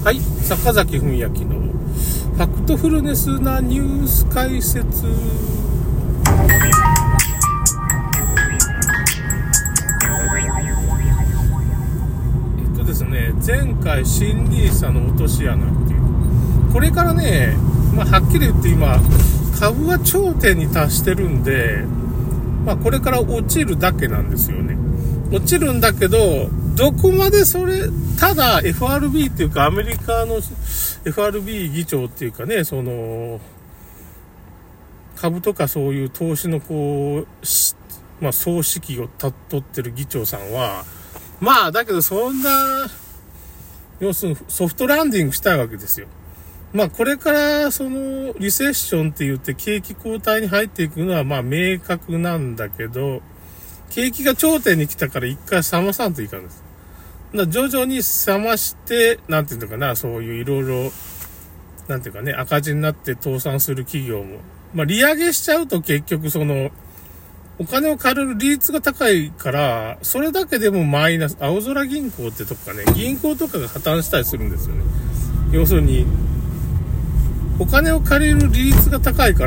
はい、坂崎文明のファクトフルネスなニュース解説。ですね、前回新NISAの落とし穴っていう、これからね、はっきり言って今株は頂点に達してるんで、これから落ちるだけなんですよね。落ちるんだけど、どこまでそれ、ただ FRB っていうかアメリカの FRB 議長っていうかね、その株とかそういう投資のこう、総指揮を取ってる議長さんは、だけどそんな、要するにソフトランディングしたいわけですよ。これからそのリセッションって言って景気後退に入っていくのは明確なんだけど、景気が頂点に来たから一回冷まさんといかんです。徐々に冷まして、なんていうのかな、そういういろいろ、なんていうかね、赤字になって倒産する企業も。利上げしちゃうと結局その、お金を借りる利率が高いから、それだけでもマイナス、青空銀行ってとかね、銀行とかが破綻したりするんですよね。要するに、お金を借りる利率が高いから、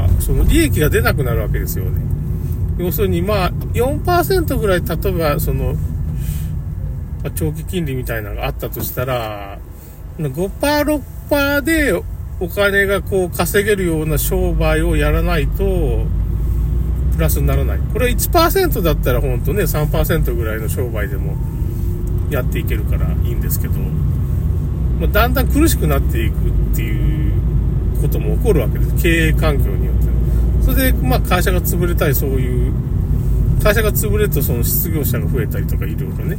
その利益が出なくなるわけですよね。要するに4% ぐらい、例えばその、長期金利みたいなのがあったとしたら、5%、6% でお金がこう稼げるような商売をやらないと、プラスにならない。これ 1% だったらほんとね、3% ぐらいの商売でもやっていけるからいいんですけど、だんだん苦しくなっていくっていうことも起こるわけです。経営環境によって。それで、会社が潰れたり、そういう、会社が潰れるとその失業者が増えたりとかいろいろね。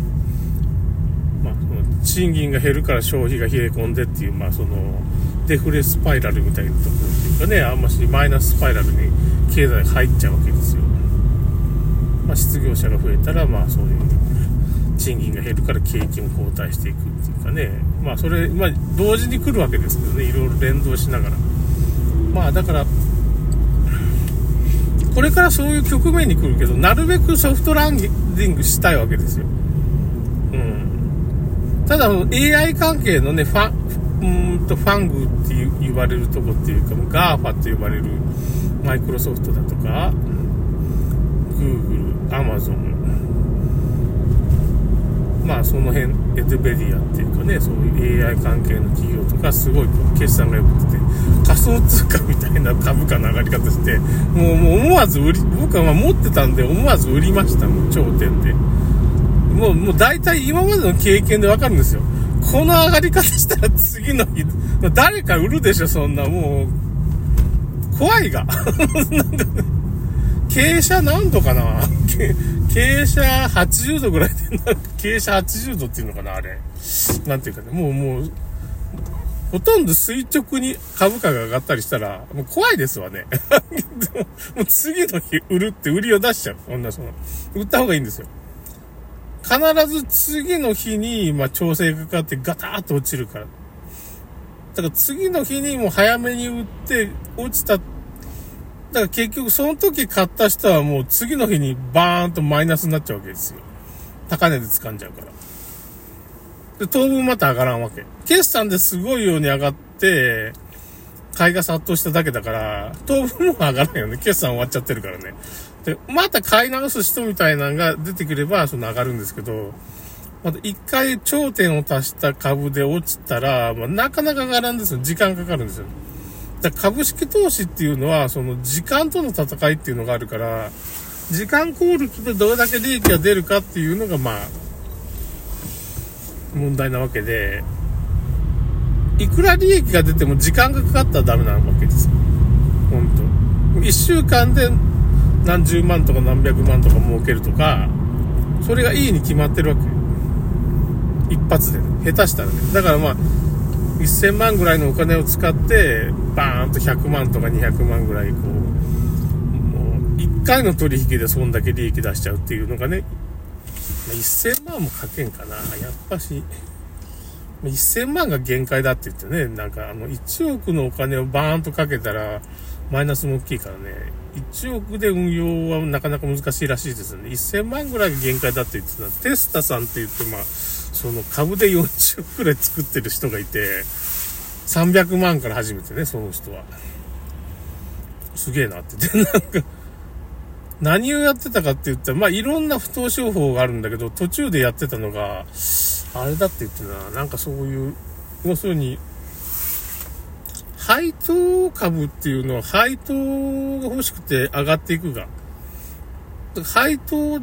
賃金が減るから消費が冷え込んでっていう、その、デフレスパイラルみたいなところっていうかね、あんましマイナススパイラルに経済が入っちゃうわけですよ。失業者が増えたら、そういう、賃金が減るから景気も後退していくっていうかね。それ、同時に来るわけですけどね、いろいろ連動しながら。だから、これからそういう局面に来るけど、なるべくソフトランディングしたいわけですよ。ただ、AI 関係のね、ファングって言われるとこっていうか、GAFA って呼ばれるマイクロソフトだとか、Google、Amazon、その辺、NVIDIAっていうかね、そういう AI 関係の企業とか、すごい決算が良くて、仮想通貨みたいな株価の上がり方して、もう思わず僕は持ってたんで、思わず売りました、もう頂点で。もう大体今までの経験でわかるんですよ。この上がり方したら次の日、誰か売るでしょ、そんな、もう、怖いが。傾斜何度かな傾斜80度ぐらいで、傾斜80度っていうのかな、あれ。なんていうかね、もう、ほとんど垂直に株価が上がったりしたら、もう怖いですわね。もう次の日売るって売りを出しちゃう。売った方がいいんですよ。必ず次の日に、調整がかかってガターッと落ちるから。だから次の日にも早めに売って落ちた。だから結局その時買った人はもう次の日にバーンとマイナスになっちゃうわけですよ。高値で掴んじゃうから。で、当分また上がらんわけ。決算ですごいように上がって、買いが殺到しただけだから、当分も上がらんよね。決算終わっちゃってるからね。で、また買い直す人みたいなのが出てくれば、上がるんですけど、また一回頂点を達した株で落ちたら、なかなか上がらんですよ。時間かかるんですよ。だから株式投資っていうのは、その時間との戦いっていうのがあるから、時間効率でどれだけ利益が出るかっていうのが、問題なわけで、いくら利益が出ても時間がかかったらダメなわけですよ。本当。1週間で何十万とか何百万とか儲けるとか、それがいいに決まってるわけ。一発でね。下手したらね。だから1000万ぐらいのお金を使って、バーンと100万とか200万ぐらいもう、1回の取引でそんだけ利益出しちゃうっていうのがね、1000万もかけんかな。やっぱし、1000万が限界だって言ってね、1億のお金をバーンとかけたら、マイナスも大きいからね、1億で運用はなかなか難しいらしいですね。1000万ぐらいが限界だって言ってた。テスタさんって言って、 その株で40億くらい作ってる人がいて、300万から始めてね、その人は。すげえなって言って、なんか、何をやってたかって言ったら、まあ、いろんな不当商法があるんだけど、途中でやってたのが、あれだって言ってたな、なんかそういう、要するに、配当株っていうのは、配当が欲しくて上がっていくが、配当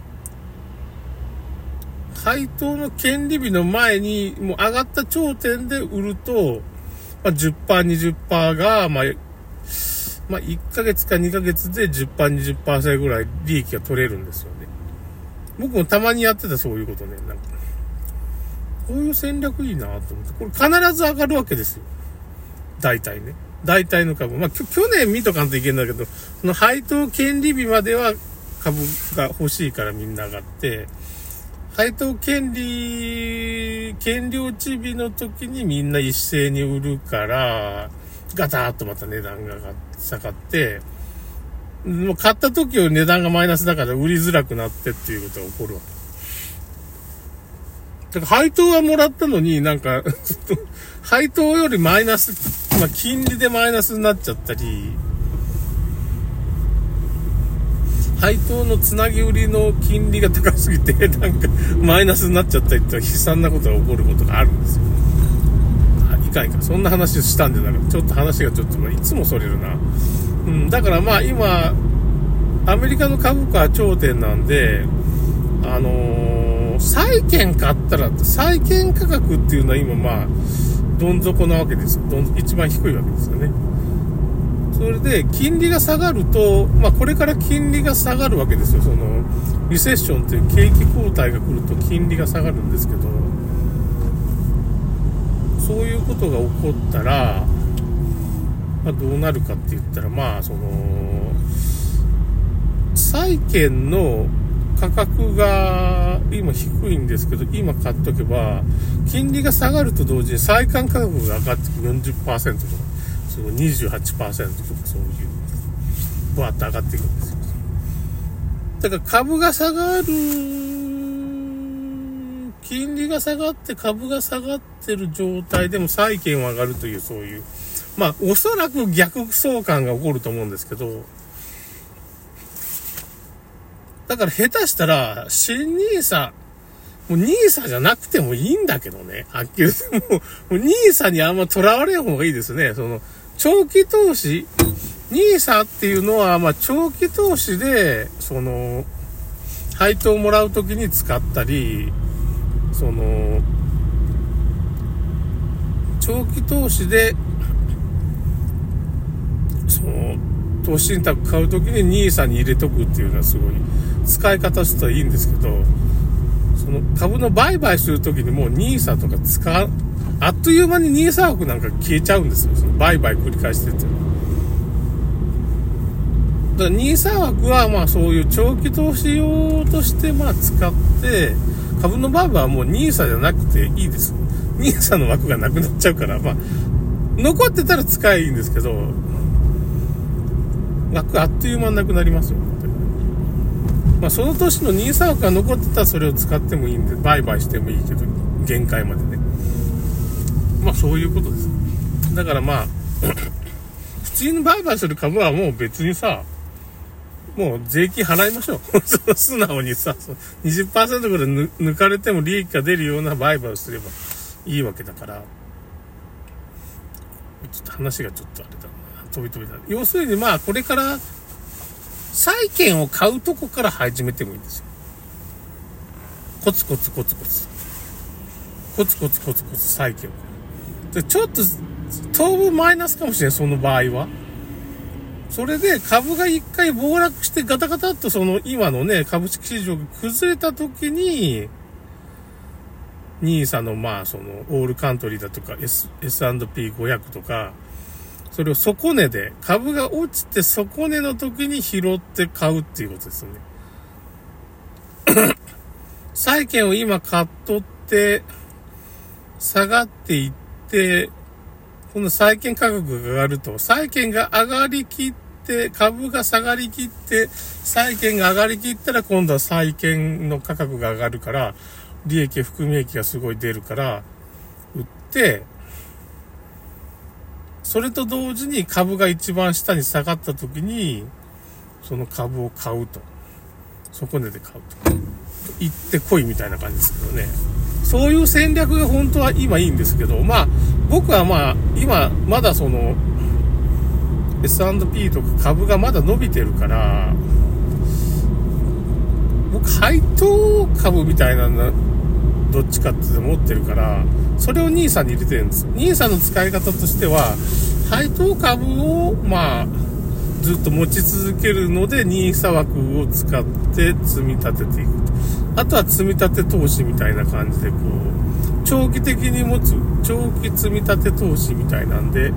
の権利日の前に、もう上がった頂点で売ると、まあ、10%、20% が、まあ、1ヶ月か2ヶ月で 10%、20% ぐらい利益が取れるんですよね。僕もたまにやってたそういうことね。なんかこういう戦略いいなと思って。これ必ず上がるわけですよ。大体ね。大体の株。まあ、去年見とかんといけんだけど、その配当権利日までは株が欲しいからみんな上がって、配当権利落ち日の時にみんな一斉に売るから、ガターッとまた値段が下がって、もう買った時より値段がマイナスだから売りづらくなってっていうことが起こるわけ。だから配当はもらったのになんか、配当よりマイナス、まあ金利でマイナスになっちゃったり、配当のつなぎ売りの金利が高すぎて、なんかマイナスになっちゃったりって悲惨なことが起こることがあるんですよ。そんな話をしたんじゃなくて、ちょっと話がちょっといつもそれるな。だからまあ今、アメリカの株価は頂点なんで、債券買ったら、債券価格っていうのは今まあ、どん底なわけですよ。一番低いわけですよね。それで、金利が下がると、まあこれから金利が下がるわけですよ。その、リセッションっていう景気後退が来ると金利が下がるんですけど、そういうことが起こったら、まあ、どうなるかって言ったら、まあ、その、債券の価格が今低いんですけど、今買っとけば、金利が下がると同時に債券価格が上がってくる 40% とか、その 28% とかそういう、バーッと上がっていくんですよ。だから株が下がる、金利が下がって株が下がってる状態でも債券は上がるというそういう、まあおそらく逆相関が起こると思うんですけど、だから下手したら新NISA、もうNISAじゃなくてもいいんだけどね、はっきり言ってもうNISAにあんま囚われん方がいいですね。その長期投資、NISAっていうのはまあ長期投資でその配当をもらうときに使ったり、その長期投資でその投資信託買うときに NISA に入れとくっていうのはすごい使い方としてはいいんですけど、その株の売買するときにもう NISA とかあっという間に NISA 枠なんか消えちゃうんですよ。その売買繰り返してて。だから NISA 枠はまあそういう長期投資用としてまあ使って、株の売買はもう NISA じゃなくていいです。NISA の枠がなくなっちゃうから、まあ、残ってたら使いいんですけど、枠あっという間になくなりますよ。まあその年の NISA 枠が残ってたらそれを使ってもいいんで、売買してもいいけど、限界までね。まあそういうことです。だからまあ、普通に売買する株はもう別にさ、もう税金払いましょう。素直にさ、20% ぐらい抜かれても利益が出るような売買をすればいいわけだから、ちょっと話がちょっとあれだな。飛びだ。要するにまあこれから債券を買うとこから始めてもいいんですよ。コツコツ債券を。で、ちょっと当分マイナスかもしれない、その場合は。それで株が一回暴落してガタガタっとその今のね、株式市場が崩れた時に、NISA のまあそのオールカントリーだとか S&P500 とか、それを底値で、株が落ちて底値の時に拾って買うっていうことですよね。債券を今買っとって、下がっていって、この債券価格が上がると、債券が上がりきって、株が下がりきって、債券が上がりきったら今度は債券の価格が上がるから、 利益、含み益がすごい出るから、売って、それと同時に株が一番下に下がった時に、その株を買うと。底値で買うと。行ってこいみたいな感じですけどね。そういう戦略が本当は今いいんですけど、まあ、僕はまあ、今、まだその、S&P とか株がまだ伸びてるから、僕、配当株みたいなの、どっちかって持ってるから、それを NISA に入れてるんです。NISA の使い方としては、配当株を、まあ、ずっと持ち続けるので NISA 枠を使って積み立てていくと。あとは積み立て投資みたいな感じでこう長期的に持つ長期積み立て投資みたいなんで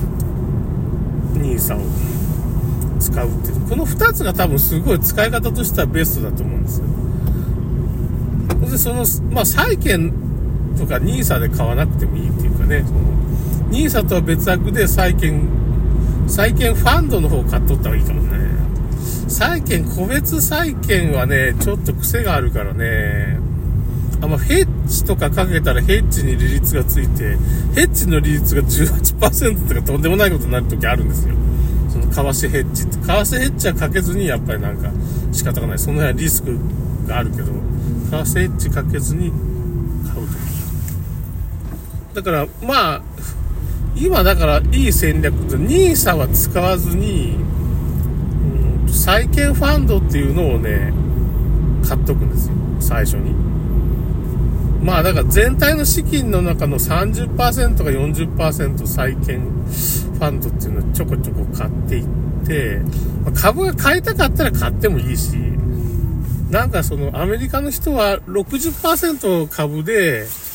NISA を使うっていう、この2つが多分すごい使い方としてはベストだと思うんですよ。でそのまあ債券とか NISA で買わなくてもいいっていうかね、その NISA とは別枠で債券ファンドの方を買っとった方がいいかもね。個別債券はね、ちょっと癖があるからね。ヘッジとかかけたらヘッジに利率がついて、ヘッジの利率が 18% とかとんでもないことになるときあるんですよ。その為替ヘッジって。為替ヘッジはかけずにやっぱりなんか仕方がない。その辺はリスクがあるけど、為替ヘッジかけずに買うとき。だからまあ、今だからいい戦略と NISA は使わずに、債券ファンドっていうのをね、買っとくんですよ、最初に。まあだから全体の資金の中の 30% か 40% 債券ファンドっていうのをちょこちょこ買っていって、株が買いたかったら買ってもいいし、なんかそのアメリカの人は 60% 株で